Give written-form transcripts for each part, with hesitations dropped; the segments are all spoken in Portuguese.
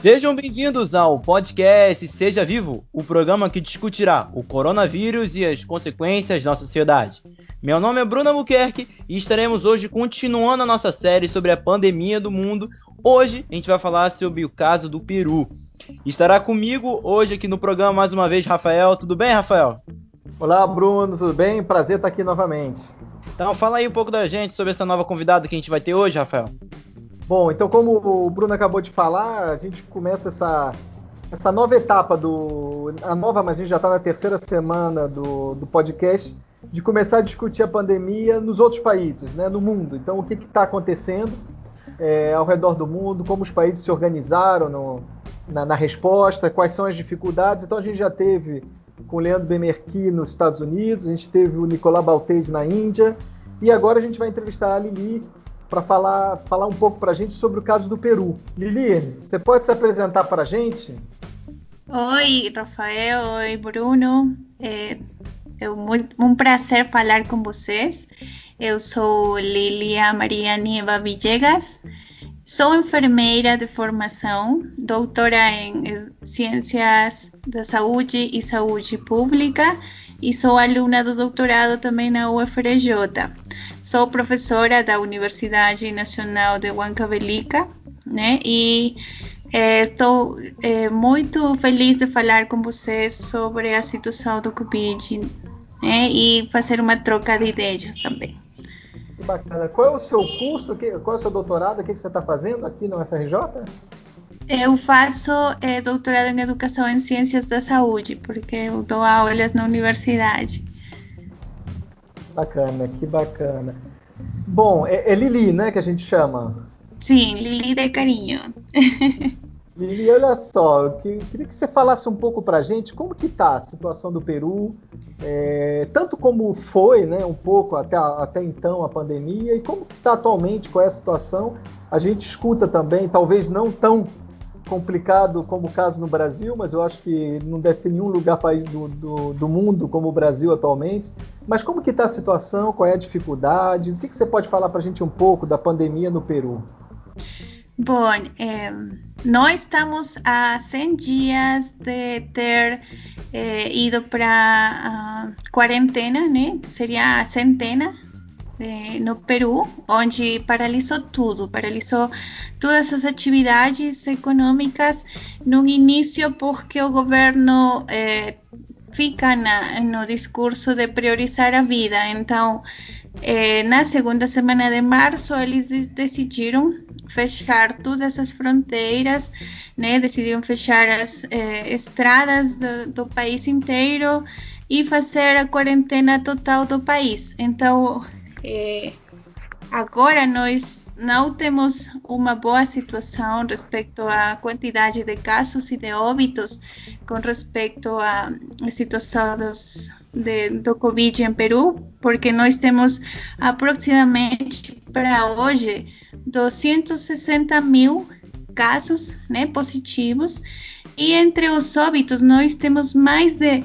Sejam bem-vindos ao podcast Seja Vivo, o programa que discutirá o coronavírus e as consequências na sociedade. Meu nome é Bruno Albuquerque e estaremos hoje continuando a nossa série sobre a pandemia do mundo. Hoje a gente vai falar sobre o caso do Peru. Estará comigo hoje aqui no programa mais uma vez Rafael. Tudo bem, Rafael? Olá, Bruno, tudo bem? Prazer estar aqui novamente. Então fala aí um pouco da gente sobre essa nova convidada que a gente vai ter hoje, Rafael. Bom, então como o Bruno acabou de falar, a gente começa essa nova etapa mas a gente já está na terceira semana do podcast, de começar a discutir a pandemia nos outros países, né, no mundo. Então, o que está acontecendo ao redor do mundo, como os países se organizaram na resposta, quais são as dificuldades. Então, a gente já teve com o Leandro Bemerki nos Estados Unidos, a gente teve o Nicolas Baltese na Índia, e agora a gente vai entrevistar a Lili para falar um pouco para a gente sobre o caso do Peru. Lili, você pode se apresentar para a gente? Oi, Rafael. Oi, Bruno. É um prazer falar com vocês. Eu sou Lilia Maria Nieva Villegas. Sou enfermeira de formação, doutora em Ciências da Saúde e Saúde Pública e sou aluna do doutorado também na UFRJ. Sou professora da Universidade Nacional de Huancavelica, né? E estou muito feliz de falar com vocês sobre a situação do Covid, né? E fazer uma troca de ideias também. Que bacana. Qual é o seu curso? Qual é o seu doutorado? O que você está fazendo aqui no UFRJ? Eu faço doutorado em Educação em Ciências da Saúde, porque eu dou aulas na universidade. Bacana, que bacana. Bom, é Lili, né, que a gente chama? Sim, Lili de carinho. Lili, olha só, eu queria que você falasse um pouco para a gente como que está a situação do Peru, tanto como foi, né, um pouco até então a pandemia, e como está atualmente, qual é a situação. A gente escuta também, talvez não tão complicado como o caso no Brasil, mas eu acho que não deve ter nenhum lugar do mundo como o Brasil atualmente. Mas como que está a situação, qual é a dificuldade? O que você pode falar para a gente um pouco da pandemia no Peru? Bom, nós estamos a 100 dias de ter ido para quarentena, né? Seria a centena no Peru, onde paralisou tudo, paralisou todas as atividades econômicas no início porque o governo fica no discurso de priorizar a vida. Então, na segunda semana de março, eles decidiram fechar todas as fronteiras, né? Decidiram fechar as estradas do país inteiro e fazer a quarentena total do país. Então, agora nós não temos uma boa situação respeito à quantidade de casos e de óbitos com respeito à situação do Covid em Peru, porque nós temos aproximadamente para hoje 260 mil casos, né, positivos, e entre os óbitos nós temos mais de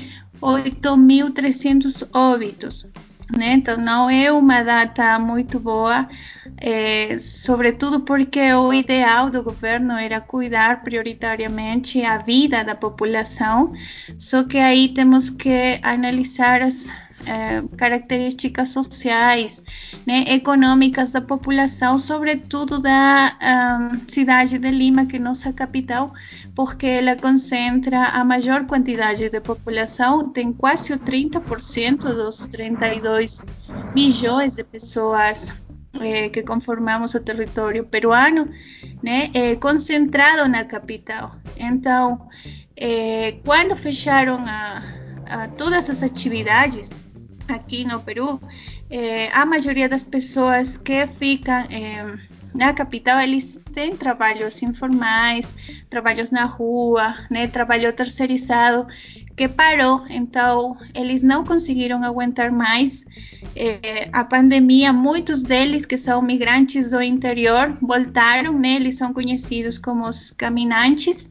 8.300 óbitos. Né? Então não é uma data muito boa, sobretudo porque o ideal do governo era cuidar prioritariamente a vida da população, só que aí temos que analisar as características sociais, né, econômicas da população, sobretudo da cidade de Lima, que é nossa capital, porque ela concentra a maior quantidade de população, tem quase o 30% dos 32 milhões de pessoas que conformamos o território peruano, né, concentrado na capital. Então, quando fecharam todas as atividades aqui no Peru, a maioria das pessoas que ficam na capital, eles têm trabalhos informais, trabalhos na rua, né, trabalho terceirizado, que parou. Então, eles não conseguiram aguentar mais a pandemia. Muitos deles, que são migrantes do interior, voltaram, né, eles são conhecidos como os caminantes,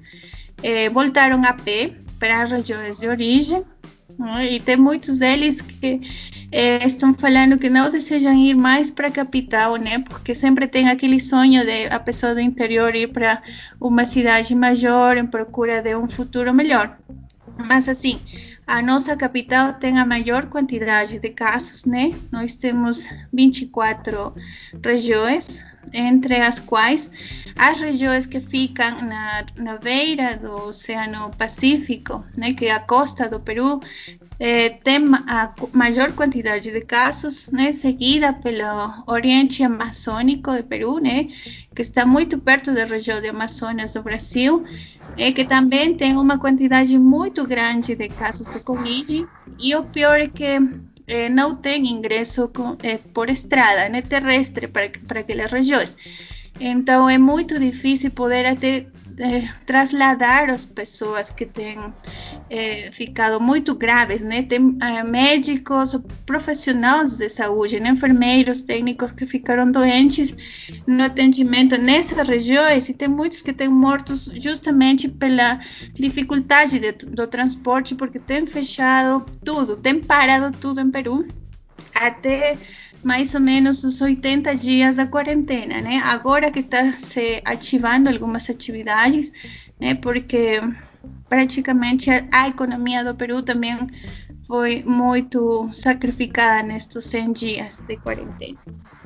voltaram a pé para as regiões de origem, né, e tem muitos deles que estão falando que não desejam ir mais para a capital, né? Porque sempre tem aquele sonho de a pessoa do interior ir para uma cidade maior em procura de um futuro melhor. Mas assim, a nossa capital tem a maior quantidade de casos, né? Nós temos 24 regiões, entre as quais as regiões que ficam na beira do Oceano Pacífico, né, que é a costa do Peru, tem a maior quantidade de casos, né, seguida pelo Oriente Amazônico do Peru, né, que está muito perto da região de Amazonas do Brasil, que também tem uma quantidade muito grande de casos de Covid, e o pior é que não tem ingresso por estrada, né, terrestre para aquelas regiões. Então é muito difícil poder até trasladar as pessoas que têm ficado muito graves, né? Tem médicos, profissionais de saúde, né? Enfermeiros, técnicos que ficaram doentes no atendimento nessas regiões, e tem muitos que têm mortos justamente pela dificuldade do transporte, porque tem fechado tudo, tem parado tudo em Peru até mais ou menos os 80 dias da quarentena, né? Agora que está se ativando algumas atividades, né? Porque praticamente a economia do Peru também foi muito sacrificada nestes 100 dias de quarentena.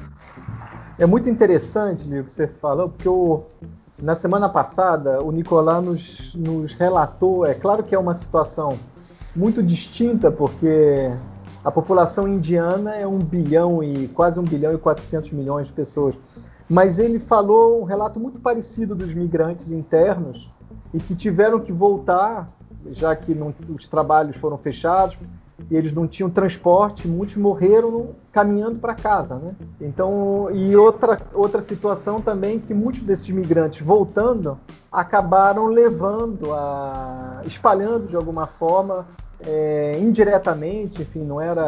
É muito interessante o que você falou, porque na semana passada o Nicolás nos relatou, é claro que é uma situação muito distinta, porque a população indiana é 1 bilhão e quase 1 bilhão e 400 milhões de pessoas. Mas ele falou um relato muito parecido dos migrantes internos e que tiveram que voltar, já que os trabalhos foram fechados e eles não tinham transporte, muitos morreram caminhando para casa, né? Então, e outra situação também, que muitos desses migrantes voltando acabaram espalhando de alguma forma, indiretamente, enfim,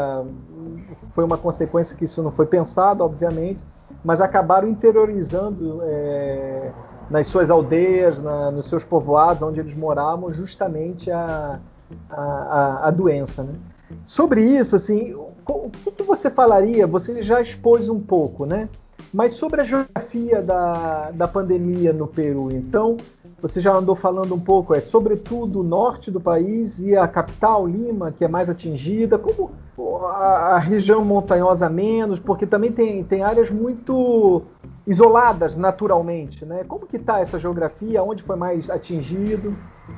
foi uma consequência que isso não foi pensado, obviamente, mas acabaram interiorizando nas suas aldeias, nos seus povoados, onde eles moravam, justamente a doença, né? Sobre isso, assim, o que você falaria? Você já expôs um pouco, né? Mas sobre a geografia da pandemia no Peru, então, você já andou falando um pouco, sobretudo o norte do país e a capital, Lima, que é mais atingida, como a região montanhosa menos, porque também tem áreas muito isoladas naturalmente, né? Como que está essa geografia? Onde foi mais atingido?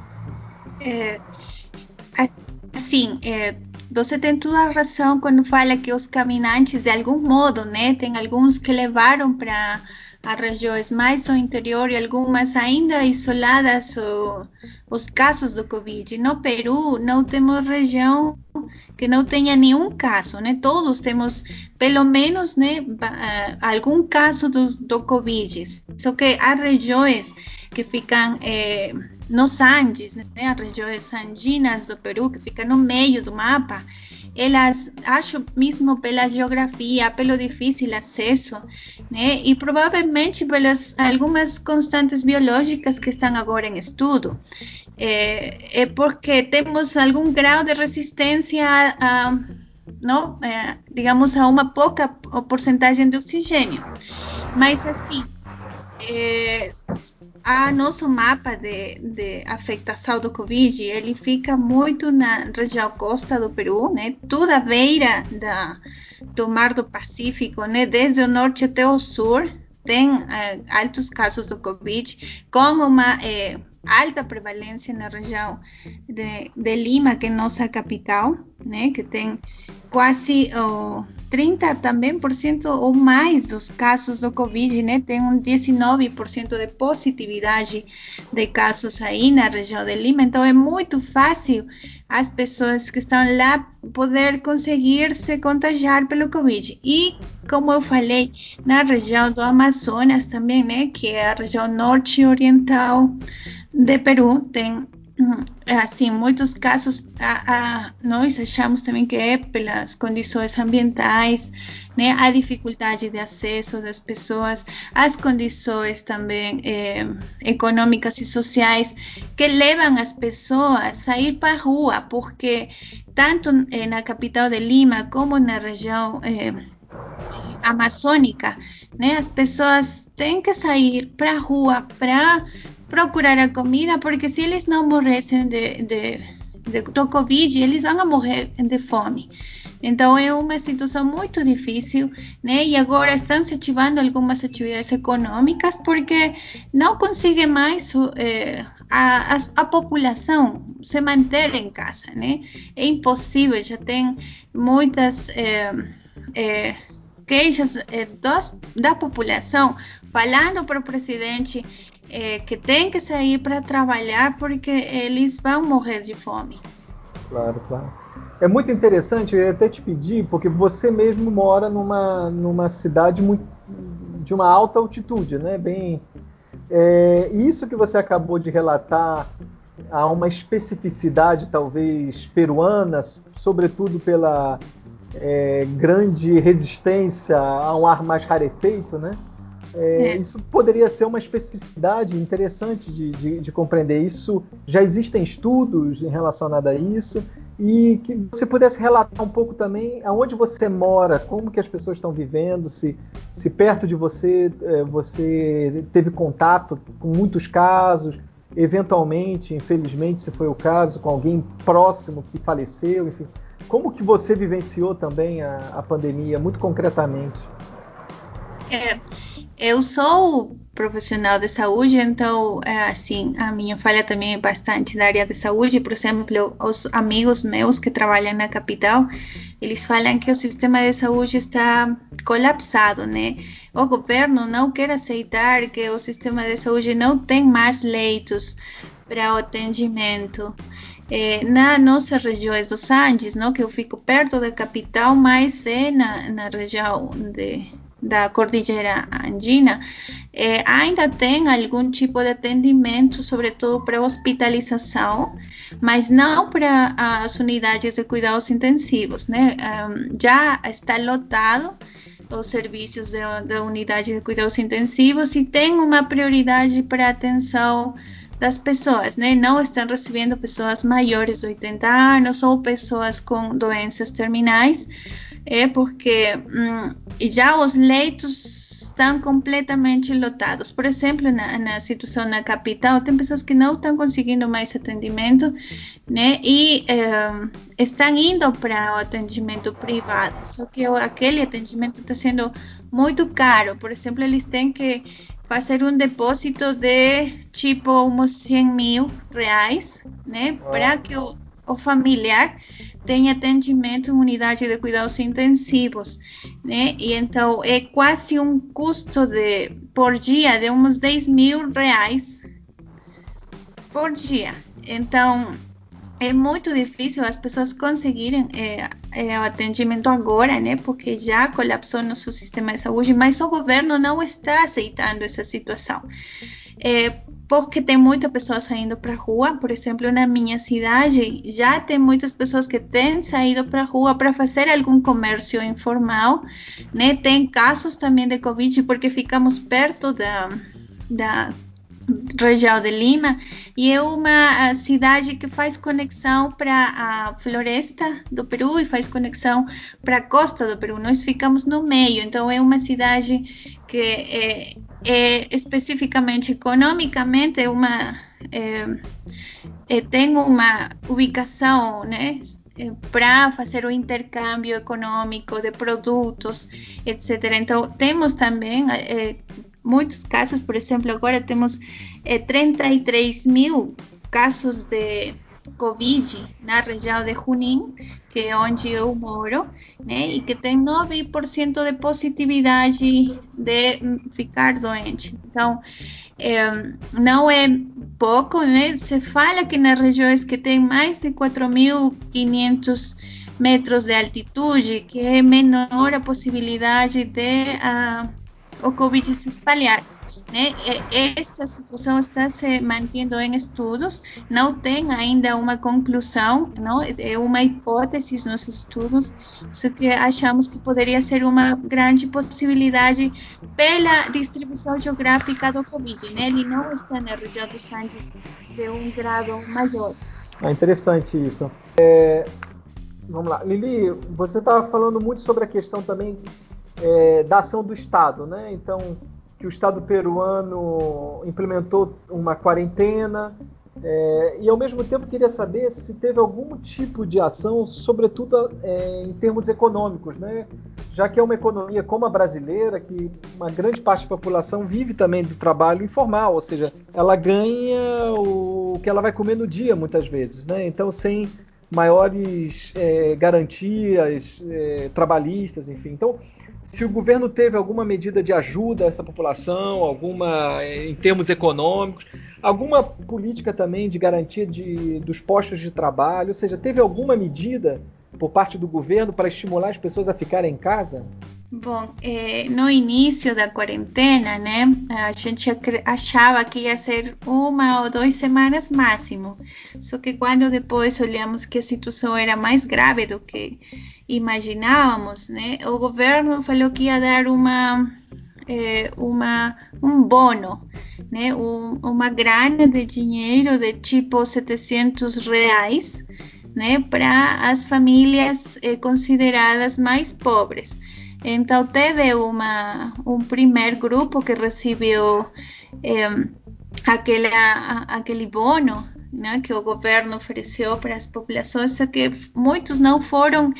Assim, você tem toda a razão quando fala que os caminhantes, de algum modo, né, tem alguns que levaram para as regiões mais ao interior e algumas ainda isoladas os casos do Covid. No Peru, não temos região que não tenha nenhum caso, né? Todos temos, pelo menos, né, algum caso do Covid. Só que as regiões que ficam nos Andes, né, as regiões andinas do Peru, que ficam no meio do mapa, elas, acho mesmo pela geografia, pelo difícil acesso, né, e provavelmente pelas algumas constantes biológicas que estão agora em estudo, é porque temos algum grau de resistência não, digamos, a uma pouca porcentagem de oxigênio. Mas assim, a nosso mapa de afetação do Covid, ele fica muito na região costa do Peru, né? Toda a beira do Mar do Pacífico, né? Desde o norte até o sul, tem altos casos do Covid, com uma alta prevalência na região de Lima, que é nossa capital, né? Que tem quase 30% também ou mais dos casos do Covid, né? Tem 19% de positividade de casos aí na região de Lima. Então é muito fácil as pessoas que estão lá poder conseguir se contagiar pelo Covid. E, como eu falei, na região do Amazonas também, né? Que é a região norte oriental de Peru, tem assim, em muitos casos, nós achamos também que é pelas condições ambientais, né, a dificuldade de acesso das pessoas, as condições também econômicas e sociais que levam as pessoas a ir para a rua, porque tanto na capital de Lima como na região amazônica, né, as pessoas têm que sair para a rua para procurar a comida, porque se eles não morressem do Covid, eles vão morrer de fome. Então é uma situação muito difícil, né? E agora estão se ativando algumas atividades econômicas porque não consegue mais a população se manter em casa, né? É impossível, já tem muitas queixas da população falando para o presidente que tem que sair para trabalhar porque eles vão morrer de fome. Claro, claro. É muito interessante, eu ia até te pedir, porque você mesmo mora numa cidade de uma alta altitude, né? Isso que você acabou de relatar, há uma especificidade talvez peruana, sobretudo pela grande resistência a um ar mais rarefeito, né? Isso poderia ser uma especificidade interessante de compreender. Isso já existem estudos relacionados a isso, e que você pudesse relatar um pouco também aonde você mora, como que as pessoas estão vivendo, se perto de você você teve contato com muitos casos, eventualmente, infelizmente, se foi o caso, com alguém próximo que faleceu, enfim. Como que você vivenciou também a pandemia, muito concretamente? Eu sou profissional de saúde, então, assim, a minha falha também é bastante na área de saúde. Por exemplo, os amigos meus que trabalham na capital, eles falam que o sistema de saúde está colapsado, né? O governo não quer aceitar que o sistema de saúde não tem mais leitos para o atendimento. Na nossa região dos Andes, não, que eu fico perto da capital, mas é na região da Cordilheira Andina, ainda tem algum tipo de atendimento, sobretudo para hospitalização, mas não para as unidades de cuidados intensivos, né? Já está lotado os serviços da unidade de cuidados intensivos e tem uma prioridade para a atenção das pessoas, né? Não estão recebendo pessoas maiores de 80 anos ou pessoas com doenças terminais, porque já os leitos estão completamente lotados. Por exemplo, na situação na capital, tem pessoas que não estão conseguindo mais atendimento, né? E estão indo para o atendimento privado, só que aquele atendimento está sendo muito caro. Por exemplo, eles têm que fazer um depósito de tipo uns 100 mil reais, né? Para que o familiar tem atendimento em unidade de cuidados intensivos, né? E então é quase um custo por dia de uns 10 mil reais por dia. Então é muito difícil as pessoas conseguirem o atendimento agora, né? Porque já colapsou nosso sistema de saúde, mas o governo não está aceitando essa situação. Porque tem muita pessoa saindo para a rua. Por exemplo, na minha cidade já tem muitas pessoas que têm saído para a rua para fazer algum comércio informal, né? Tem casos também de Covid porque ficamos perto da região de Lima, e é uma cidade que faz conexão para a floresta do Peru e faz conexão para a costa do Peru. Nós ficamos no meio, então é uma cidade que especificamente economicamente tem uma ubicação, né, para fazer o intercâmbio econômico de produtos, etc. Então temos também muitos casos. Por exemplo, agora temos 33 mil casos de Covid na região de Junín, que é onde eu moro, né, e que tem 9% de positividade de ficar doente. Então, não é pouco, né? Se fala que nas regiões que tem mais de 4.500 metros de altitude, que é menor a possibilidade de o Covid se espalhar. né? Esta situação está se mantendo em estudos, não tem ainda uma conclusão, não? É uma hipótese nos estudos, só que achamos que poderia ser uma grande possibilidade pela distribuição geográfica do Covid, né? Ele não está na região dos Andes de um grau maior. Interessante isso. Vamos lá. Lili, você estava falando muito sobre a questão também da ação do Estado, né? Então, que o Estado peruano implementou uma quarentena, e ao mesmo tempo queria saber se teve algum tipo de ação, sobretudo em termos econômicos, né? Já que é uma economia como a brasileira, que uma grande parte da população vive também do trabalho informal, ou seja, ela ganha o que ela vai comer no dia muitas vezes, né? Então, sem maiores garantias trabalhistas, enfim. Então, se o governo teve alguma medida de ajuda a essa população, alguma em termos econômicos, alguma política também de garantia dos postos de trabalho, ou seja, teve alguma medida por parte do governo para estimular as pessoas a ficarem em casa? Bom, no início da quarentena, né, a gente achava que ia ser 1 ou 2 semanas máximo. Só que quando depois olhamos que a situação era mais grave do que imaginávamos, né, o governo falou que ia dar um bono, né, uma grana de dinheiro de tipo R$ 700, né, para as famílias consideradas mais pobres. Então, teve um primeiro grupo que recebeu aquele bono, né, que o governo ofereceu para as populações, só que muitos não foram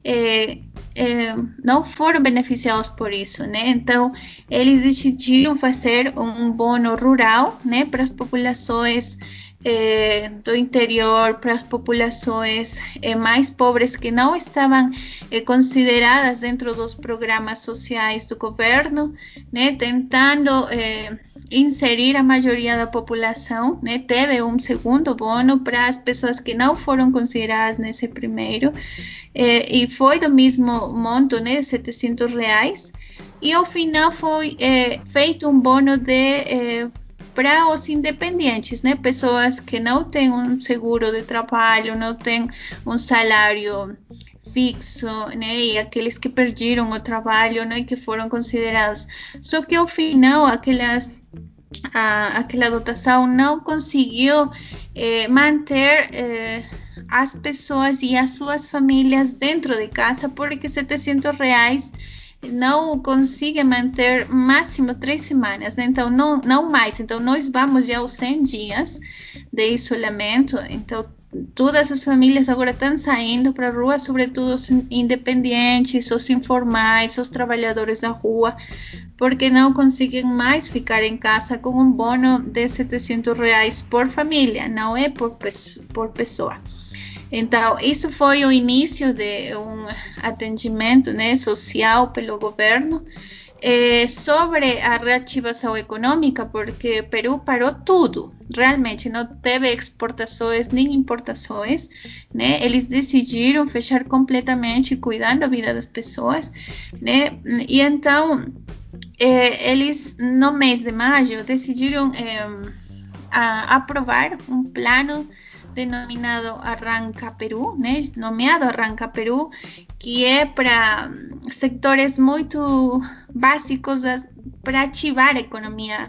beneficiados por isso, né? Então, eles decidiram fazer um bono rural, né, para as populações do interior, para as populações mais pobres que não estavam consideradas dentro dos programas sociais do governo, né, tentando inserir a maioria da população, né? Teve um segundo bono para as pessoas que não foram consideradas nesse primeiro, e foi do mesmo monto, né, R$ 700, e ao final foi feito um bono para os independentes, né? Pessoas que não têm um seguro de trabalho, não têm um salário fixo, né? E aqueles que perderam o trabalho, né? Que foram considerados. Só que ao final, aquela dotação não conseguiu manter as pessoas e as suas famílias dentro de casa, porque R$ 700 não consegue manter máximo 3 semanas, né? Então não mais. Então nós vamos já aos 100 dias de isolamento. Então todas as famílias agora estão saindo para a rua, sobretudo os independentes, os informais, os trabalhadores da rua, porque não conseguem mais ficar em casa com um bono de R$ 700 por família, não é por pessoa. Então, isso foi o início de um atendimento, né, social pelo governo. Sobre a reativação econômica, porque Peru parou tudo, realmente não teve exportações nem importações, né? Eles decidiram fechar completamente, cuidando da vida das pessoas, né? E então, eles no mês de maio decidiram aprovar um plano denominado Arranca Peru, né? Nomeado Arranca Peru, que é para setores muito básicos para ativar a economia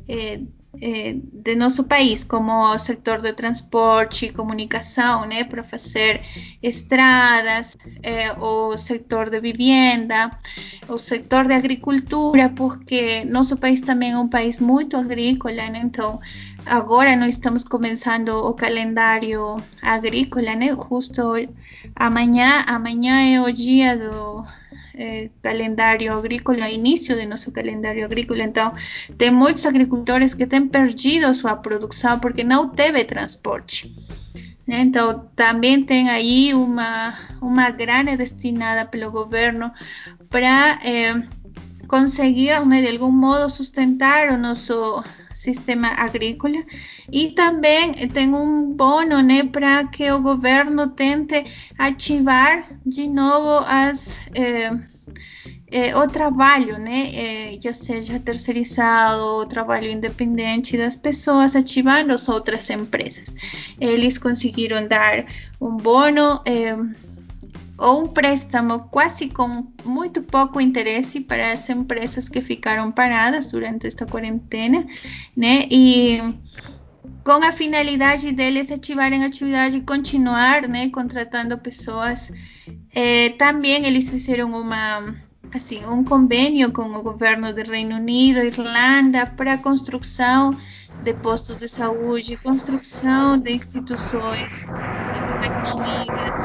de nosso país, como o setor de transporte e comunicação, né, para fazer estradas, o setor de vivienda, o setor de agricultura, porque nosso país também é um país muito agrícola, né? Então agora nós estamos começando o calendário agrícola, né? Justo amanhã é o dia do calendário agrícola, início do nosso calendário agrícola. Então tem muitos agricultores que têm perdido sua produção porque não teve transporte. Então também tem aí uma grana destinada pelo governo para conseguir, né, de algum modo sustentar o nosso sistema agrícola, e também tem um bono, né, para que o governo tente ativar de novo o trabalho, né, já seja terceirizado ou trabalho independente das pessoas ativando as outras empresas. Eles conseguiram dar um bono ou um préstamo quase com muito pouco interesse para as empresas que ficaram paradas durante esta quarentena, né, e com a finalidade deles ativarem a atividade e continuar, né, contratando pessoas. Também eles fizeram um convênio com o governo do Reino Unido, Irlanda, para a construção de postos de saúde, construção de instituições educativas.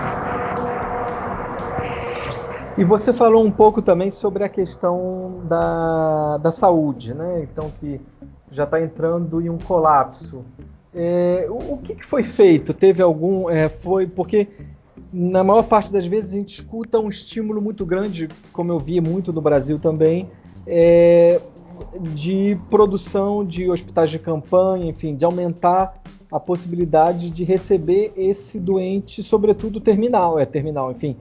E você falou um pouco também sobre a questão da saúde, né? Então, que já está entrando em um colapso. O que foi feito? Teve algum... foi porque, na maior parte das vezes, a gente escuta um estímulo muito grande, como eu vi muito no Brasil também, de produção de hospitais de campanha, enfim, de aumentar a possibilidade de receber esse doente, sobretudo terminal, enfim,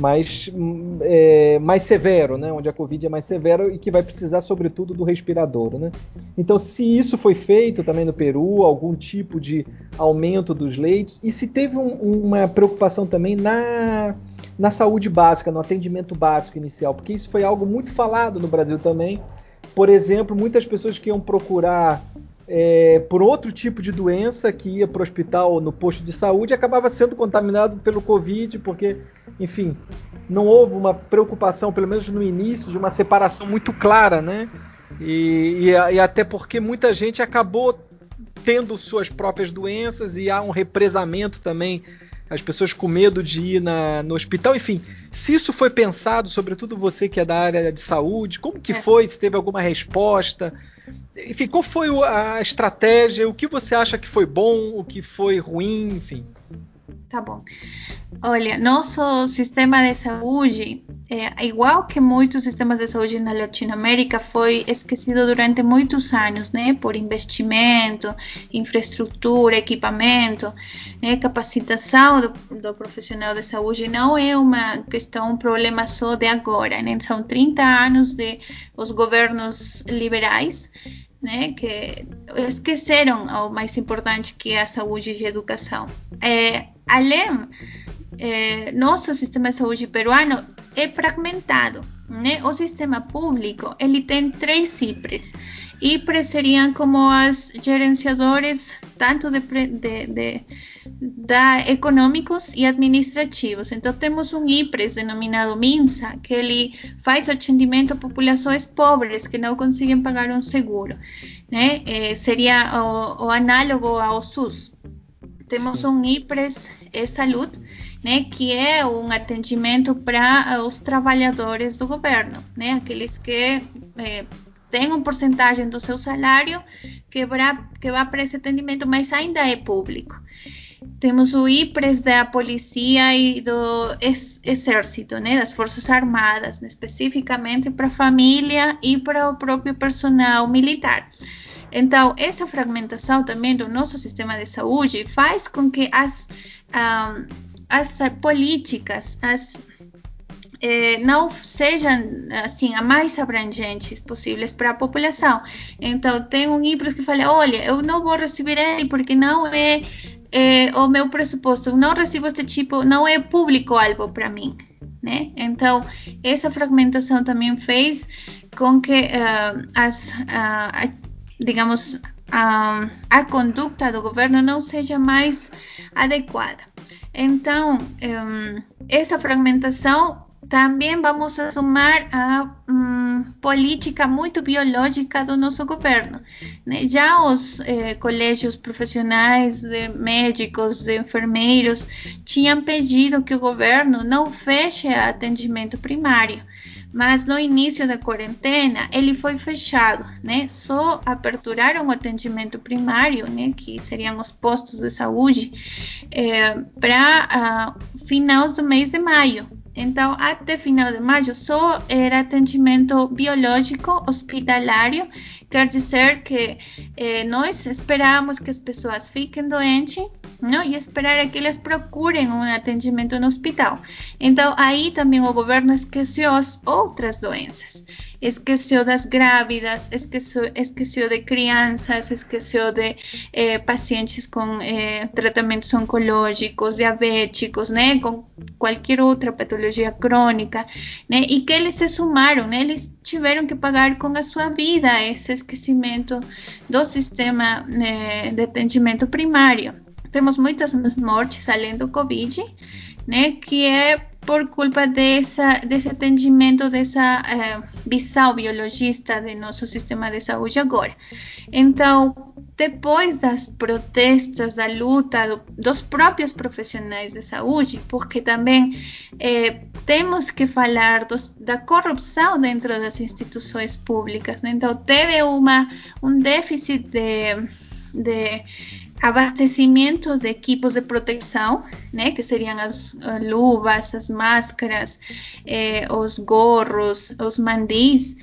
mais severo, né? Onde a Covid é mais severa e que vai precisar, sobretudo, do respirador, né? Então, se isso foi feito também no Peru, algum tipo de aumento dos leitos, e se teve uma preocupação também na saúde básica, no atendimento básico inicial, porque isso foi algo muito falado no Brasil também. Por exemplo, muitas pessoas que iam procurar por outro tipo de doença, que ia para o hospital ou no posto de saúde, acabava sendo contaminado pelo Covid, porque, enfim, não houve uma preocupação, pelo menos no início, de uma separação muito clara, né? E até porque muita gente acabou tendo suas próprias doenças e há um represamento também, as pessoas com medo de ir no hospital, enfim. Se isso foi pensado, sobretudo você que é da área de saúde, como que foi? Se teve alguma resposta? Enfim, qual foi a estratégia? O que você acha que foi bom? O que foi ruim? Enfim. Tá bom. Olha, nosso sistema de saúde, igual que muitos sistemas de saúde na Latinoamérica, foi esquecido durante muitos anos, né? Por investimento, infraestrutura, equipamento, né? Capacitação do profissional de saúde. Não é um problema só de agora, né? São 30 anos de os governos liberais, né, que esqueceram o mais importante, que é a saúde e a educação. Além, nosso sistema de saúde peruano é fragmentado, né? O sistema público, ele tem 3 CIPRES. IPRES seriam como as gerenciadores tanto econômicos e administrativos. Então, temos um IPRES denominado MINSA, que ele faz atendimento a populações pobres que não conseguem pagar um seguro, né? Seria o análogo ao SUS. Temos um IPRES Saúde, né, que é um atendimento para os trabalhadores do governo, né, aqueles que têm uma porcentagem do seu salário que vai para esse atendimento, mas ainda é público. Temos o IPRES da polícia e do exército, né, das forças armadas, né, especificamente para a família e para o próprio personal militar. Então, essa fragmentação também do nosso sistema de saúde faz com que as políticas não sejam assim as mais abrangentes possíveis para a população. Então, tem um IPRES que fala: olha, eu não vou receber ele porque não é o meu pressuposto, eu não recebo este tipo, não é público-alvo para mim, né? Então, essa fragmentação também fez com que digamos, a conduta do governo não seja mais adequada. Então, essa fragmentação também vamos a somar a política muito biológica do nosso governo, né? Já os colégios profissionais de médicos, de enfermeiros, tinham pedido que o governo não feche atendimento primário, mas no início da quarentena ele foi fechado, né? Só aperturaram o atendimento primário, né, que seriam os postos de saúde, para final do mês de maio. Então, até final de maio, só era atendimento biológico hospitalário. Quer dizer que nós esperamos que as pessoas fiquem doentes, não? E esperar a que elas procurem um atendimento no hospital. Então, aí também o governo esqueceu as outras doenças. Esqueceu das grávidas, esqueceu de crianças, esqueceu de pacientes com tratamentos oncológicos, diabéticos, né? Com qualquer outra patologia crônica, né? E que eles se sumaram, né? Eles tiveram que pagar com a sua vida esse esquecimento do sistema de atendimento primário. Temos muitas mortes além do Covid, né, que é por culpa desse atendimento, dessa visão biologista do nosso sistema de saúde agora. Então, depois das protestas, da luta dos próprios profissionais de saúde, porque também temos que falar da corrupção dentro das instituições públicas, né? Então, teve um déficit de abastecimento de equipos de proteção, né, que seriam as luvas, as máscaras, os gorros, os mandis,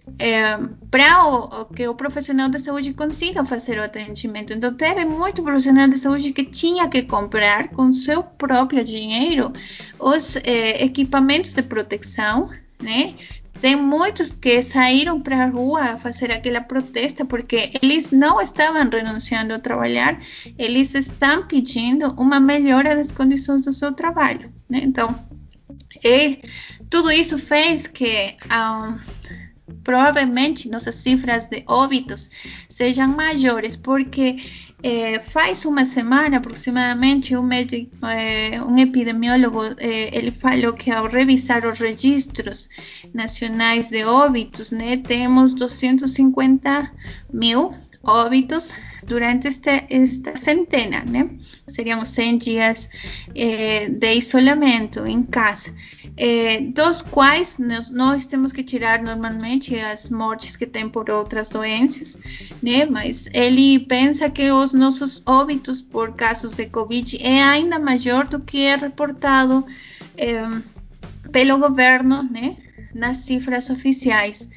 para que o profissional de saúde consiga fazer o atendimento. Então, teve muito profissional de saúde que tinha que comprar com seu próprio dinheiro os equipamentos de proteção, né? Tem muitos que saíram para a rua fazer aquela protesta porque eles não estavam renunciando a trabalhar, eles estão pedindo uma melhora das condições do seu trabalho, né? Então, tudo isso fez que provavelmente nossas cifras de óbitos sejam maiores, porque faz uma semana aproximadamente um epidemiólogo ele falou que ao revisar os registros nacionais de óbitos, né, temos 250 mil óbitos durante esta centena, né? Seriam 100 dias de isolamento em casa, dos quais nós temos que tirar normalmente as mortes que tem por outras doenças, né? Mas ele pensa que os nossos óbitos por casos de Covid é ainda maior do que é reportado pelo governo, né, nas cifras oficiais.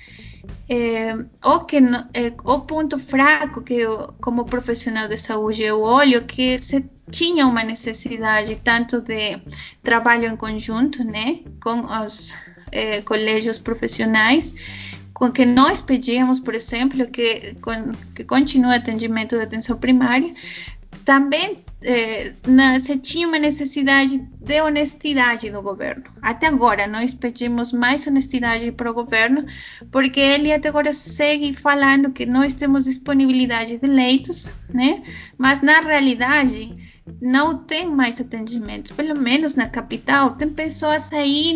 O ponto fraco que eu, como profissional de saúde, eu olho que se tinha uma necessidade tanto de trabalho em conjunto, né, com os colégios profissionais, com que nós pedíamos, por exemplo, que continue o atendimento de atenção primária. Também se tinha uma necessidade de honestidade do governo. Até agora, nós pedimos mais honestidade para o governo, porque ele até agora segue falando que nós temos disponibilidade de leitos, né? Mas na realidade não tem mais atendimento. Pelo menos na capital, tem pessoas aí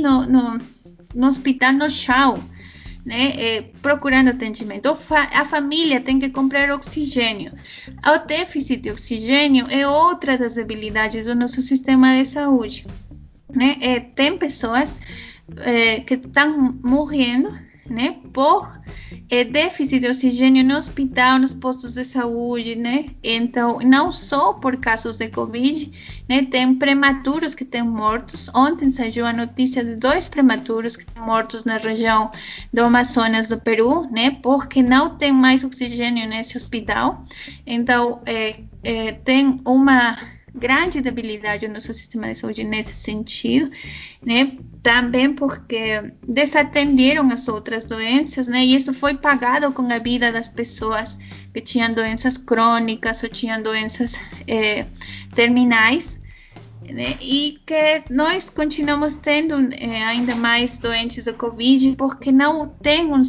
no hospital no chão, né, procurando atendimento. A família tem que comprar oxigênio. O déficit de oxigênio é outra das debilidades do nosso sistema de saúde, né? Tem pessoas que estão morrendo, né, por déficit de oxigênio no hospital, nos postos de saúde, né? Então, não só por casos de Covid, né? Tem prematuros que estão mortos. Ontem saiu a notícia de 2 prematuros que estão mortos na região do Amazonas do Peru, né? Porque não tem mais oxigênio nesse hospital. Então, tem uma grande debilidade no nosso sistema de saúde nesse sentido, né? Também porque desatenderam as outras doenças, né? E isso foi pagado com a vida das pessoas que tinham doenças crônicas ou tinham doenças terminais, né? E que nós continuamos tendo ainda mais doentes de Covid porque não tem um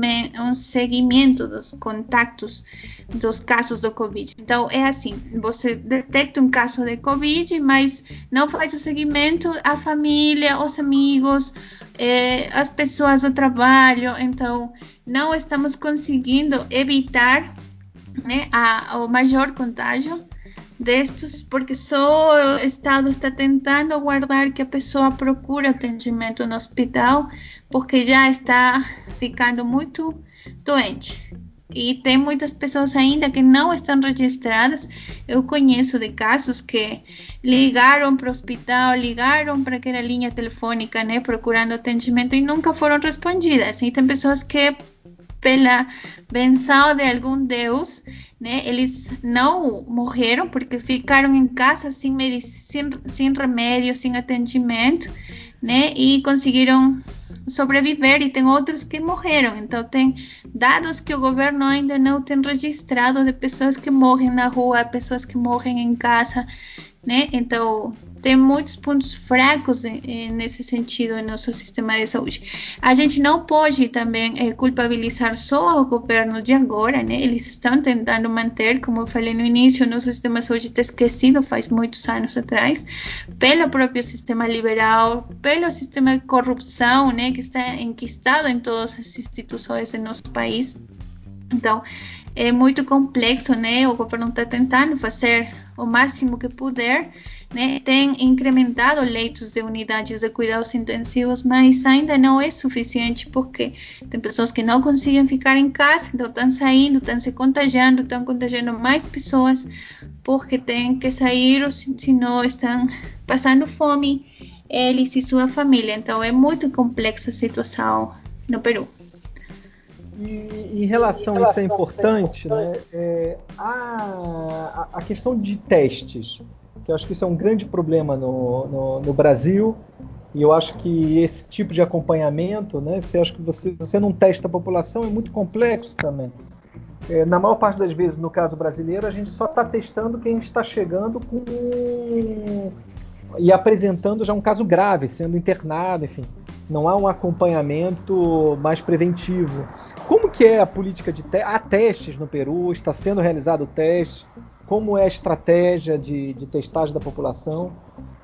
seguimento dos contatos dos casos do Covid. Então, é assim, você detecta um caso de Covid, mas não faz o seguimento à família, aos amigos, às pessoas do trabalho. Então, não estamos conseguindo evitar, né, o maior contágio destes, porque só o Estado está tentando aguardar que a pessoa procure atendimento no hospital, porque já está ficando muito doente. E tem muitas pessoas ainda que não estão registradas. Eu conheço de casos que ligaram para o hospital, ligaram para aquela linha telefônica, né, procurando atendimento e nunca foram respondidas. E tem pessoas que, pela benção de algum Deus, né? Eles não morreram porque ficaram em casa sem remédio, sem atendimento, né? E conseguiram sobreviver, e tem outros que morreram. Então tem dados que o governo ainda não tem registrado de pessoas que morrem na rua, pessoas que morrem em casa, né? Então tem muitos pontos fracos nesse sentido no nosso sistema de saúde. A gente não pode também culpabilizar só o governo de agora, né? Eles estão tentando manter, como eu falei no início, o nosso sistema de saúde está esquecido faz muitos anos atrás, pelo próprio sistema liberal, pelo sistema de corrupção, né? Que está enquistado em todas as instituições do nosso país. Então, é muito complexo, né? O governo está tentando fazer o máximo que puder, né? Tem incrementado leitos de unidades de cuidados intensivos, mas ainda não é suficiente, porque tem pessoas que não conseguem ficar em casa, então estão saindo, estão se contagiando, estão contagiando mais pessoas, porque têm que sair, ou senão estão passando fome, eles e sua família. Então, é muito complexa a situação no Peru. E em relação a isso é importante, né? A questão de testes, que eu acho que isso é um grande problema no Brasil, e eu acho que esse tipo de acompanhamento, né? Acho que você não testa a população, é muito complexo também. Na maior parte das vezes, no caso brasileiro, a gente só está testando quem está chegando e apresentando já um caso grave, sendo internado, enfim. Não há um acompanhamento mais preventivo. Como que é a política de testes? Há testes no Peru? Está sendo realizado o teste? Como é a estratégia de testagem da população?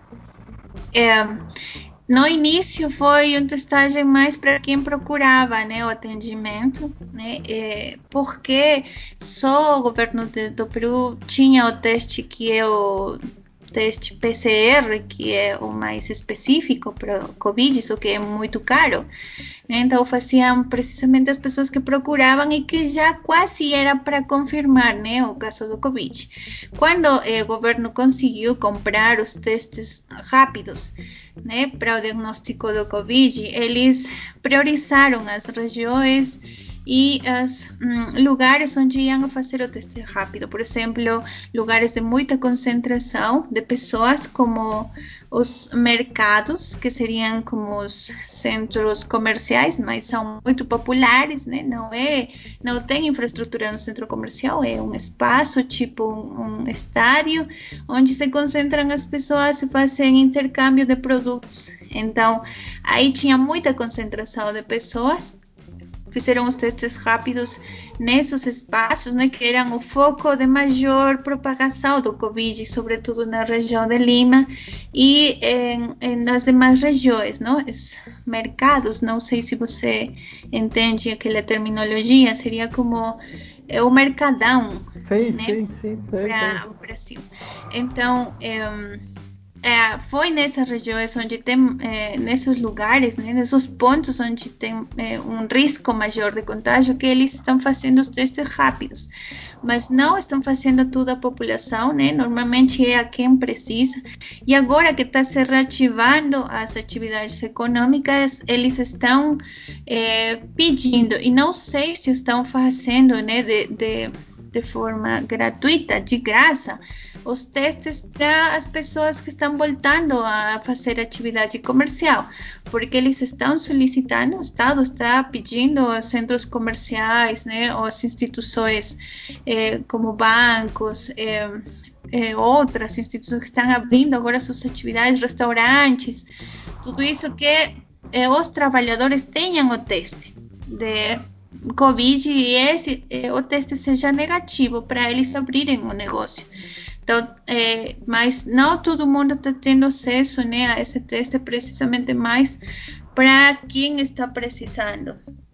No início foi uma testagem mais para quem procurava, né, o atendimento, né, porque só o governo do Peru tinha o teste que é o teste PCR, que é o mais específico para o Covid, isso que é muito caro. Então faziam precisamente as pessoas que procuravam e que já quase era para confirmar, né, o caso do Covid. Quando o governo conseguiu comprar os testes rápidos, né, para o diagnóstico do Covid, eles priorizaram as regiões e os lugares onde iam fazer o teste rápido. Por exemplo, lugares de muita concentração de pessoas, como os mercados, que seriam como os centros comerciais, mas são muito populares, né? Não tem infraestrutura no centro comercial, é um espaço tipo um estádio, onde se concentram as pessoas e fazem intercâmbio de produtos. Então, aí tinha muita concentração de pessoas. Fizeram os testes rápidos nesses espaços, né, que eram o foco de maior propagação do Covid, sobretudo na região de Lima e nas demais regiões, não? Os mercados, não sei se você entende aquela terminologia, seria como o mercadão, Sim, para o Brasil. Então, foi nessas regiões onde tem, nesses lugares, né, nesses pontos onde tem um risco maior de contágio, que eles estão fazendo os testes rápidos, mas não estão fazendo toda a população, né? Normalmente é a quem precisa. E agora que está se reativando as atividades econômicas, eles estão pedindo, e não sei se estão fazendo, né, de forma gratuita, de graça, os testes para as pessoas que estão voltando a fazer atividade comercial, porque eles estão solicitando, o Estado está pedindo aos centros comerciais, né, às instituições como bancos, outras instituições que estão abrindo agora suas atividades, restaurantes, tudo isso, que os trabalhadores tenham o teste de Covid e o teste seja negativo para eles abrirem o negócio. Então, mas não todo mundo está tendo acesso, né, a esse teste, precisamente mais para quem está precisando.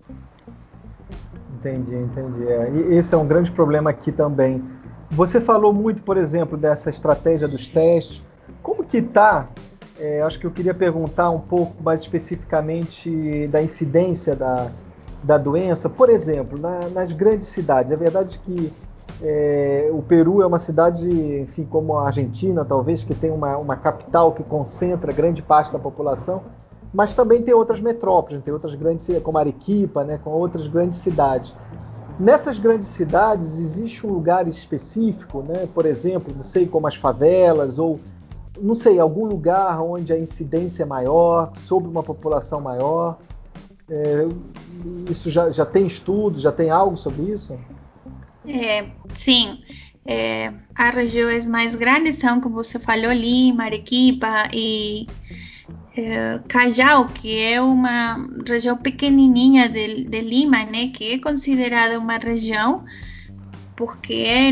Entendi. E esse é um grande problema aqui também. Você falou muito, por exemplo, dessa estratégia dos testes. Como que está? Acho que eu queria perguntar um pouco mais especificamente da incidência da doença. Por exemplo, nas grandes cidades. É verdade que o Peru é uma cidade, enfim, como a Argentina, talvez, que tem uma capital que concentra grande parte da população, mas também tem outras metrópoles, tem outras grandes, como Arequipa, né, com outras grandes cidades. Nessas grandes cidades existe um lugar específico, né? Por exemplo, não sei, como as favelas ou não sei, algum lugar onde a incidência é maior, sobre uma população maior. Isso já tem estudos, já tem algo sobre isso? Sim, as regiões mais grandes são, como você falou, Lima, Arequipa e Callao, que é uma região pequenininha de Lima, né, que é considerada uma região porque é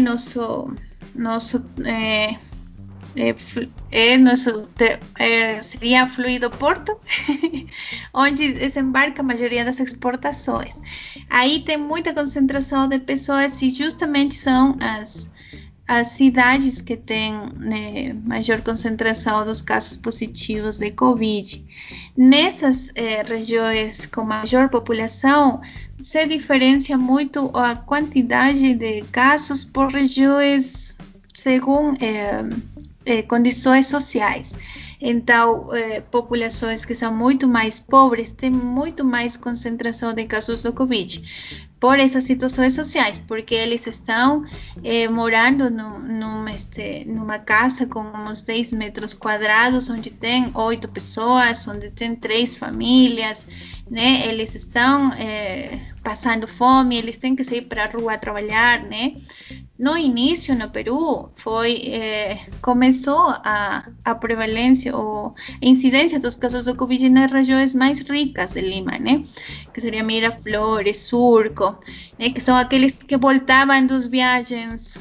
seria fluido porto, onde desembarca a maioria das exportações. Aí tem muita concentração de pessoas e justamente são as cidades que têm, né, maior concentração dos casos positivos de Covid. Nessas regiões com maior população, se diferencia muito a quantidade de casos por regiões segundo condições sociais. Então, populações que são muito mais pobres têm muito mais concentração de casos do Covid por essas situações sociais, porque eles estão morando numa casa com uns 10 metros quadrados, onde tem 8 pessoas, onde tem 3 famílias, né? Eles estão passando fome, eles têm que sair para a rua trabalhar, né? No início, no Peru, começou a prevalência ou a incidência dos casos do Covid nas regiões mais ricas de Lima, né? Que seria Miraflores, Surco, né? Que são aqueles que voltavam das viagens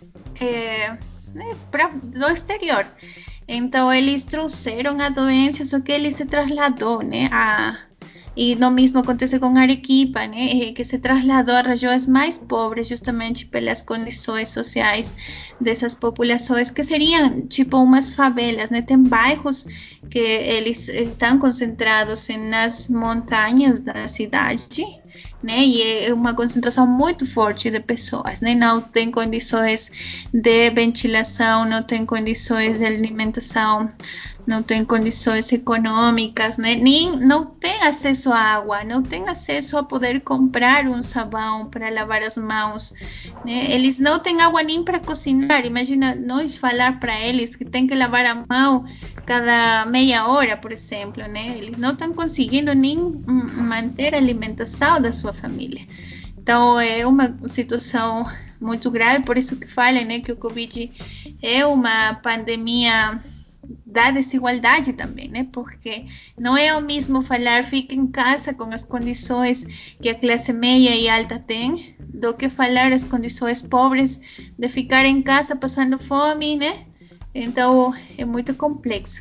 do exterior. Então, eles trouxeram a doença, só que ele se trasladou, né? E lo mesmo acontece com Arequipa, né, que se trasladou a regiões mais pobres justamente pelas condições sociais dessas populações, que seriam tipo umas favelas, né? Tem bairros que eles estão concentrados nas montanhas da cidade, né? E é uma concentração muito forte de pessoas, né? Não tem condições de ventilação, não tem condições de alimentação, não tem condições econômicas, né? Nem não tem acesso à água, não tem acesso a poder comprar um sabão para lavar as mãos, né? Eles não têm água nem para cozinhar. Imagina nós falar para eles que tem que lavar a mão cada meia hora, por exemplo, né? Eles não estão conseguindo nem manter a alimentação da sua família. Então é uma situação muito grave, por isso que falam, né, que o Covid é uma pandemia da desigualdade também, né? Porque não é o mesmo falar fica em casa com as condições que a classe média e alta tem, do que falar as condições pobres de ficar em casa passando fome, né? Então é muito complexo.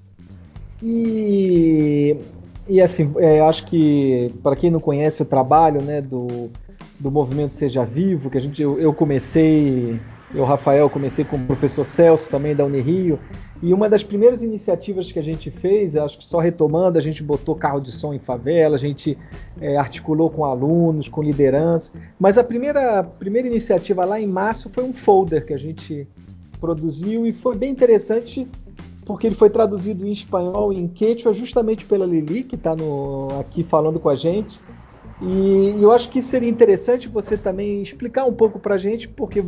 E assim, acho que para quem não conhece o trabalho, né, do movimento Seja Vivo, que eu comecei, Rafael, comecei com o professor Celso também da Unirio, e uma das primeiras iniciativas que a gente fez, acho que só retomando, a gente botou carro de som em favela, a gente articulou com alunos, com lideranças, mas a primeira iniciativa lá em março foi um folder que a gente produziu e foi bem interessante, porque ele foi traduzido em espanhol e em quechua justamente pela Lili, que está aqui falando com a gente. E eu acho que seria interessante você também explicar um pouco para a gente, porque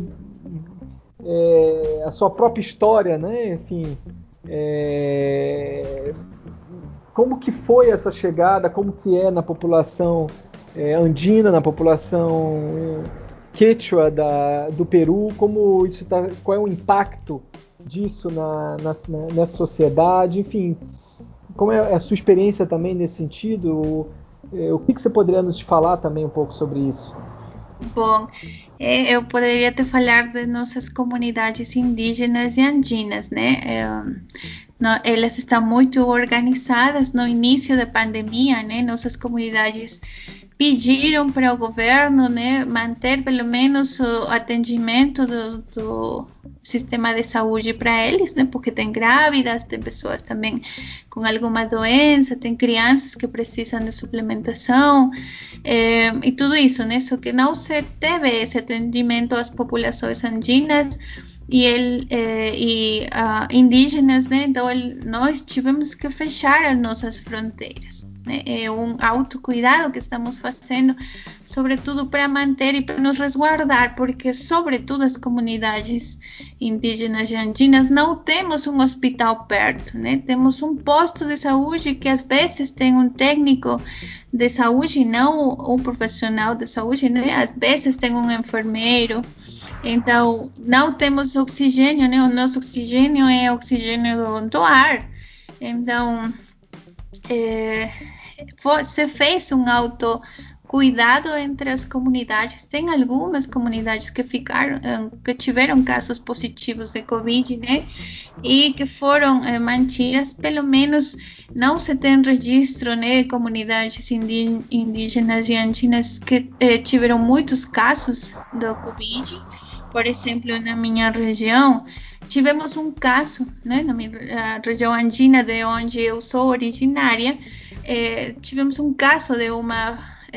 a sua própria história, né? Enfim, como que foi essa chegada, como que é na população andina, na população quechua do Peru, como isso qual é o impacto disso nessa sociedade, enfim, como é a sua experiência também nesse sentido, o que você poderia nos falar também um pouco sobre isso? Bom, eu poderia te falar de nossas comunidades indígenas e andinas, né? Elas estão muito organizadas no início da pandemia, né? Nossas comunidades pediram para o governo, né, manter pelo menos o atendimento sistema de saúde para eles, né? Porque tem grávidas, tem pessoas também com alguma doença, tem crianças que precisam de suplementação, e tudo isso, né? Só que não se teve esse atendimento às populações andinas e indígenas, né? Então nós tivemos que fechar as nossas fronteiras, né? É um autocuidado que estamos fazendo, sobretudo para manter e para nos resguardar, porque sobretudo as comunidades indígenas e andinas não temos um hospital perto, né? Temos um posto de saúde que às vezes tem um técnico de saúde, não um profissional de saúde, né? Às vezes tem um enfermeiro. Então, não temos oxigênio, né? O nosso oxigênio é oxigênio do ar. Então, se fez um autocuidado entre as comunidades. Tem algumas comunidades que tiveram casos positivos de Covid, né? E que foram mantidas, pelo menos não se tem registro, né, de comunidades indígenas e andinas que tiveram muitos casos do Covid. Por exemplo, na minha região, tivemos um caso, né, na minha região andina, de onde eu sou originária, tivemos um caso de uma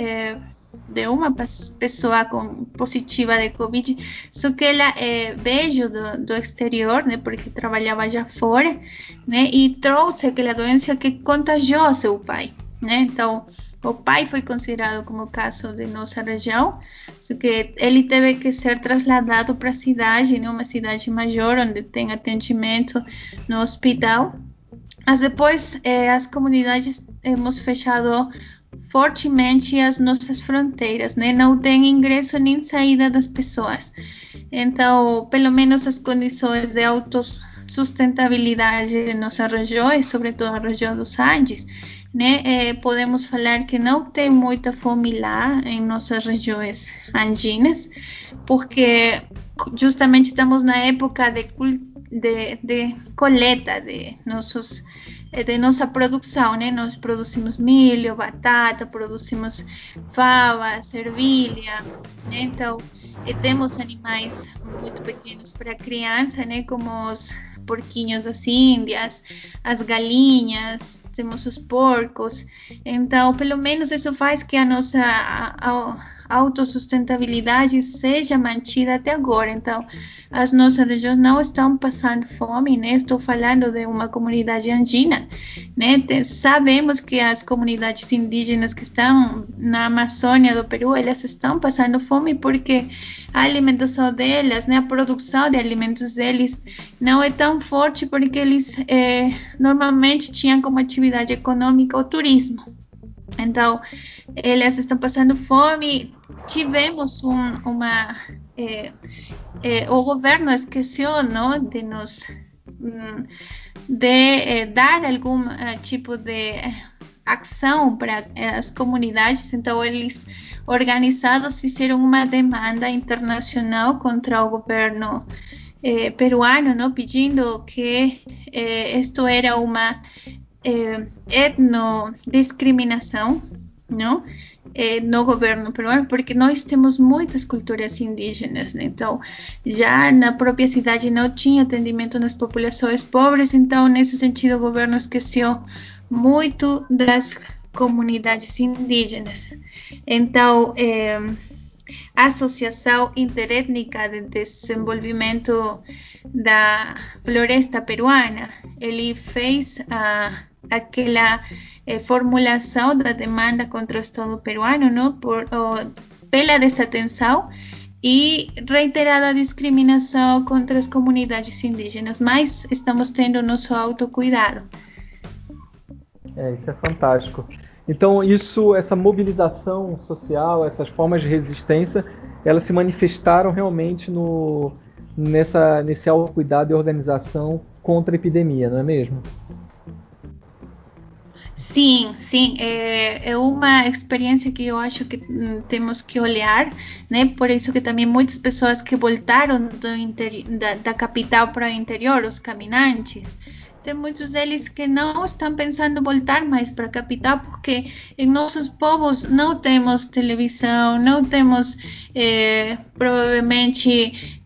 pessoa positiva de Covid, só que ela veio do exterior, né, porque trabalhava já fora, né, e trouxe aquela doença que contagiou seu pai, né. Então, o pai foi considerado como caso de nossa região, só que ele teve que ser trasladado para a cidade, né, uma cidade maior, onde tem atendimento no hospital. Mas depois as comunidades hemos fechado fortemente as nossas fronteiras, né? Não tem ingresso nem saída das pessoas. Então, pelo menos as condições de autossustentabilidade de nossas regiões, sobretudo a região dos Andes, né? Podemos falar que não tem muita fome lá em nossas regiões andinas, porque justamente estamos na época de coleta de nossa produção, né? Nós produzimos milho, batata, produzimos fava, ervilha, né? Então, temos animais muito pequenos para criança, né? Como os porquinhos das Índias, as galinhas, temos os porcos. Então, pelo menos isso faz que a nossa autossustentabilidade seja mantida até agora. Então, as nossas regiões não estão passando fome, né? Estou falando de uma comunidade andina, né? Sabemos que as comunidades indígenas que estão na Amazônia do Peru, elas estão passando fome porque a alimentação delas, né, a produção de alimentos deles não é tão forte, porque eles normalmente tinham como atividade econômica o turismo. Então, elas estão passando fome. Tivemos o governo esqueceu, não, de nos dar algum tipo de ação para as comunidades. Então, eles organizados fizeram uma demanda internacional contra o governo peruano, não, pedindo que isto era uma etnodiscriminação, não? No governo peruano, porque nós temos muitas culturas indígenas, né? Então, já na própria cidade não tinha atendimento nas populações pobres. Então, nesse sentido, o governo esqueceu muito das comunidades indígenas. Então, a Associação Interétnica de Desenvolvimento da Floresta Peruana, ele fez aquela formulação da demanda contra o Estado peruano, não? Pela desatenção e reiterada discriminação contra as comunidades indígenas, mas estamos tendo nosso autocuidado. Isso é fantástico. Então, essa mobilização social, essas formas de resistência, elas se manifestaram realmente nesse autocuidado e organização contra a epidemia, não é mesmo? Sim, é uma experiência que eu acho que temos que olhar, né? Por isso que também muitas pessoas que voltaram da capital para o interior, os caminantes, tem muitos deles que não estão pensando voltar mais para a capital, porque em nossos povos não temos televisão, não temos provavelmente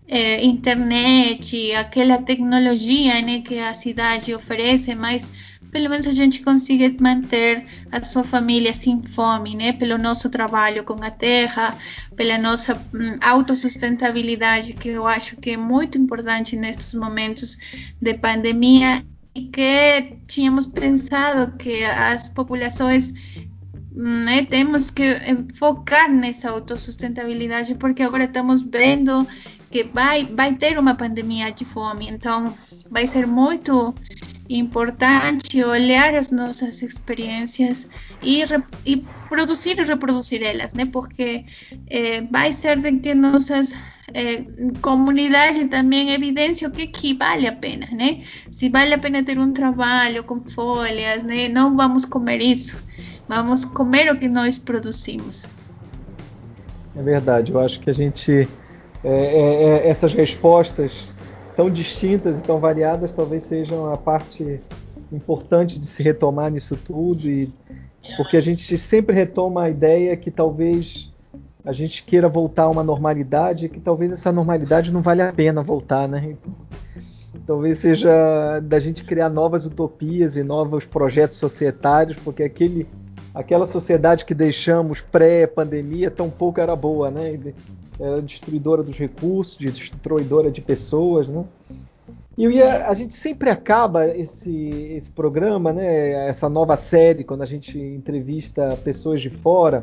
internet, aquela tecnologia, né, que a cidade oferece, mas pelo menos a gente consegue manter a sua família sem fome, né? Pelo nosso trabalho com a terra, pela nossa autossustentabilidade, que eu acho que é muito importante nestes momentos de pandemia, e que tínhamos pensado que as populações, né, temos que focar nessa autossustentabilidade, porque agora estamos vendo que vai ter uma pandemia de fome, então vai ser muito importante olhar as nossas experiências e produzir e reproduzir elas, né? Porque vai ser de que nossas comunidades também evidenciam que vale a pena, né? Se vale a pena ter um trabalho com folhas, né? Não vamos comer isso, vamos comer o que nós produzimos. É verdade, eu acho que a gente essas respostas tão distintas e tão variadas talvez sejam a parte importante de se retomar nisso tudo, porque a gente sempre retoma a ideia que talvez a gente queira voltar a uma normalidade, e que talvez essa normalidade não vale a pena voltar, né? Talvez seja da gente criar novas utopias e novos projetos societários, porque aquela sociedade que deixamos pré-pandemia tão pouco era boa, né? Era destruidora dos recursos, destruidora de pessoas, né? E a gente sempre acaba esse programa, né? Essa nova série, quando a gente entrevista pessoas de fora,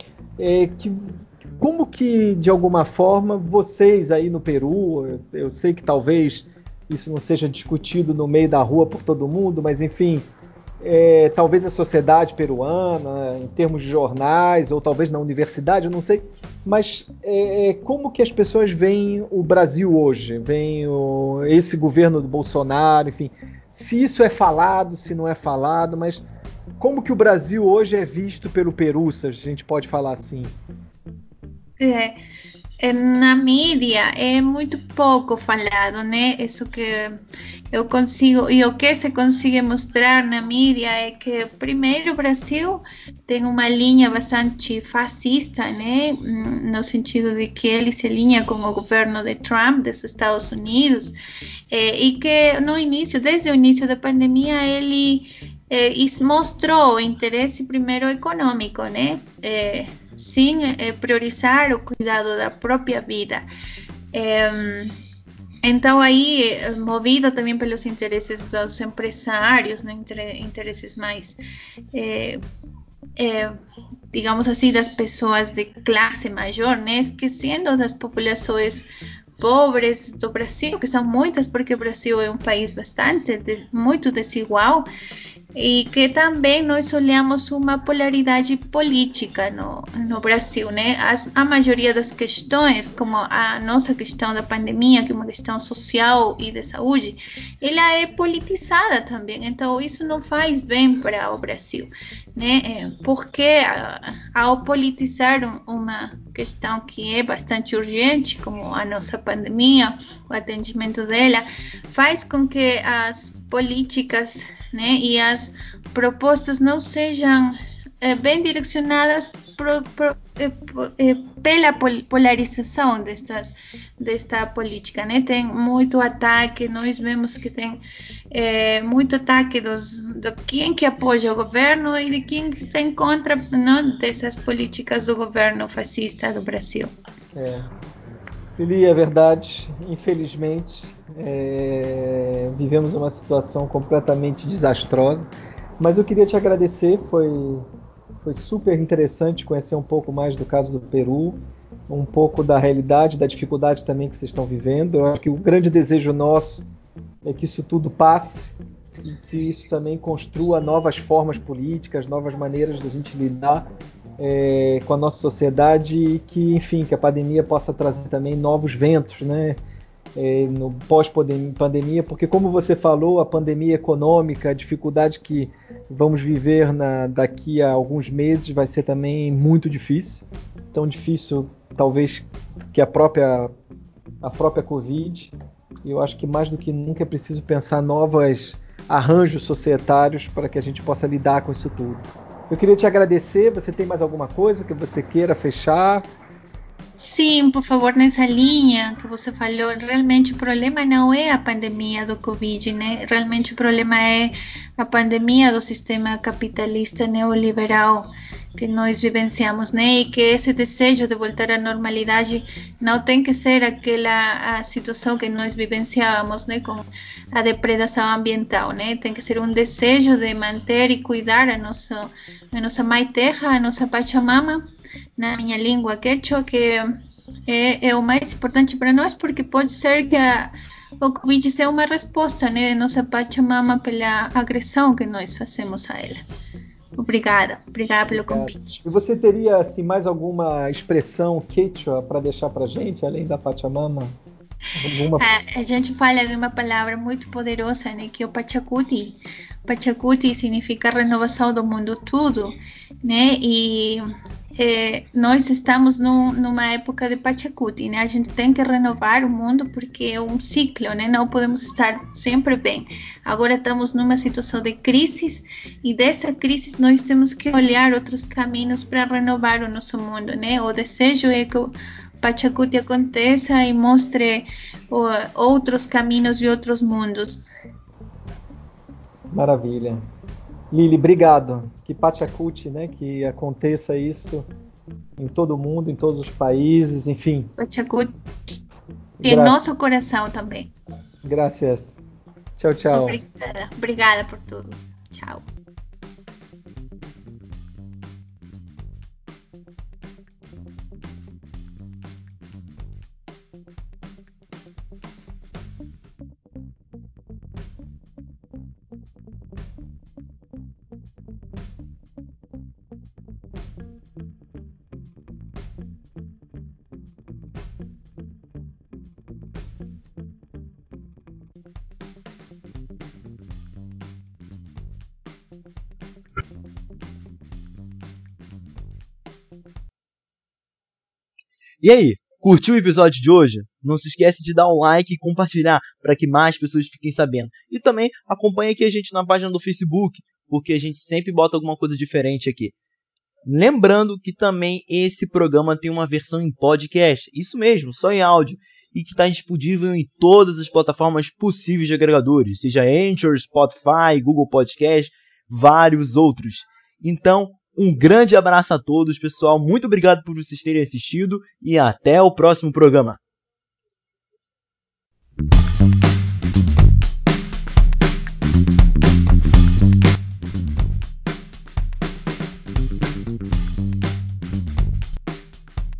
como que, de alguma forma, vocês aí no Peru, eu sei que talvez isso não seja discutido no meio da rua por todo mundo, mas enfim, talvez a sociedade peruana, em termos de jornais, ou talvez na universidade, eu não sei, mas como que as pessoas veem o Brasil hoje, veem esse governo do Bolsonaro, enfim, se isso é falado, se não é falado, mas como que o Brasil hoje é visto pelo Peru, se a gente pode falar assim? Na mídia é muito pouco falado, né? Isso que eu consigo, e o que se consegue mostrar na mídia é que, primeiro, o Brasil tem uma linha bastante fascista, né? No sentido de que ele se alinha com o governo de Trump, dos Estados Unidos, e que desde o início da pandemia, ele mostrou interesse primeiro econômico, né? Sem priorizar o cuidado da própria vida. Então aí, movido também pelos interesses dos empresários, né, interesses mais, digamos assim, das pessoas de classe maior, né, esquecendo das populações pobres do Brasil, que são muitas, porque o Brasil é um país muito desigual, e que também nós olhamos uma polaridade política no Brasil, né? A maioria das questões, como a nossa questão da pandemia, que é uma questão social e de saúde, ela é politizada também. Então, isso não faz bem para o Brasil, né? Porque ao politizar uma questão que é bastante urgente, como a nossa pandemia, o atendimento dela, faz com que as políticas, né, e as propostas não sejam bem direcionadas pela polarização desta política, né? Tem muito ataque, nós vemos que tem muito ataque de quem que apoia o governo e de quem está em contra, não, dessas políticas do governo fascista do Brasil. Lili, é verdade, infelizmente vivemos uma situação completamente desastrosa, mas eu queria te agradecer, foi super interessante conhecer um pouco mais do caso do Peru, um pouco da realidade, da dificuldade também que vocês estão vivendo. Eu acho que o grande desejo nosso é que isso tudo passe e que isso também construa novas formas políticas, novas maneiras de a gente lidar com a nossa sociedade e que, enfim, que a pandemia possa trazer também novos ventos, né? No pós-pandemia, porque como você falou, a pandemia econômica, a dificuldade que vamos viver daqui a alguns meses vai ser também muito difícil, tão difícil talvez que a própria Covid. E eu acho que mais do que nunca é preciso pensar novos arranjos societários para que a gente possa lidar com isso tudo. Eu queria te agradecer. Você tem mais alguma coisa que você queira fechar? Sim, por favor, nessa linha que você falou, realmente o problema não é a pandemia do Covid, né? Realmente o problema é a pandemia do sistema capitalista neoliberal que nós vivenciamos, né? E que esse desejo de voltar à normalidade não tem que ser aquela a situação que nós vivenciávamos, né? Com a depredação ambiental, né? Tem que ser um desejo de manter e cuidar a nossa mãe terra, a nossa Pachamama, na minha língua quechua, que é o mais importante para nós, porque pode ser que o Covid seja uma resposta, né, de nossa Pachamama pela agressão que nós fazemos a ela. Obrigada pelo Obrigado. convite. E você teria assim mais alguma expressão quechua para deixar para gente, além da Pachamama? Alguma? A gente fala de uma palavra muito poderosa, né, que é o Pachacuti. Pachacuti significa renovação do mundo todo, né? E nós estamos numa época de Pachacuti, né? A gente tem que renovar o mundo porque é um ciclo, né? Não podemos estar sempre bem. Agora estamos numa situação de crise e dessa crise nós temos que olhar outros caminhos para renovar o nosso mundo, né? O desejo é que o Pachacuti aconteça e mostre outros caminhos e outros mundos. Maravilha. Lili, obrigado. Que Pachacuti, né? Que aconteça isso em todo o mundo, em todos os países, enfim. Pachacuti em nosso coração também. Graças. Tchau, tchau. Obrigada por tudo. Tchau. E aí, curtiu o episódio de hoje? Não se esquece de dar um like e compartilhar para que mais pessoas fiquem sabendo. E também acompanhe aqui a gente na página do Facebook, porque a gente sempre bota alguma coisa diferente aqui. Lembrando que também esse programa tem uma versão em podcast, isso mesmo, só em áudio, e que está disponível em todas as plataformas possíveis de agregadores, seja Anchor, Spotify, Google Podcast, vários outros. Então, um grande abraço a todos, pessoal, muito obrigado por vocês terem assistido e até o próximo programa.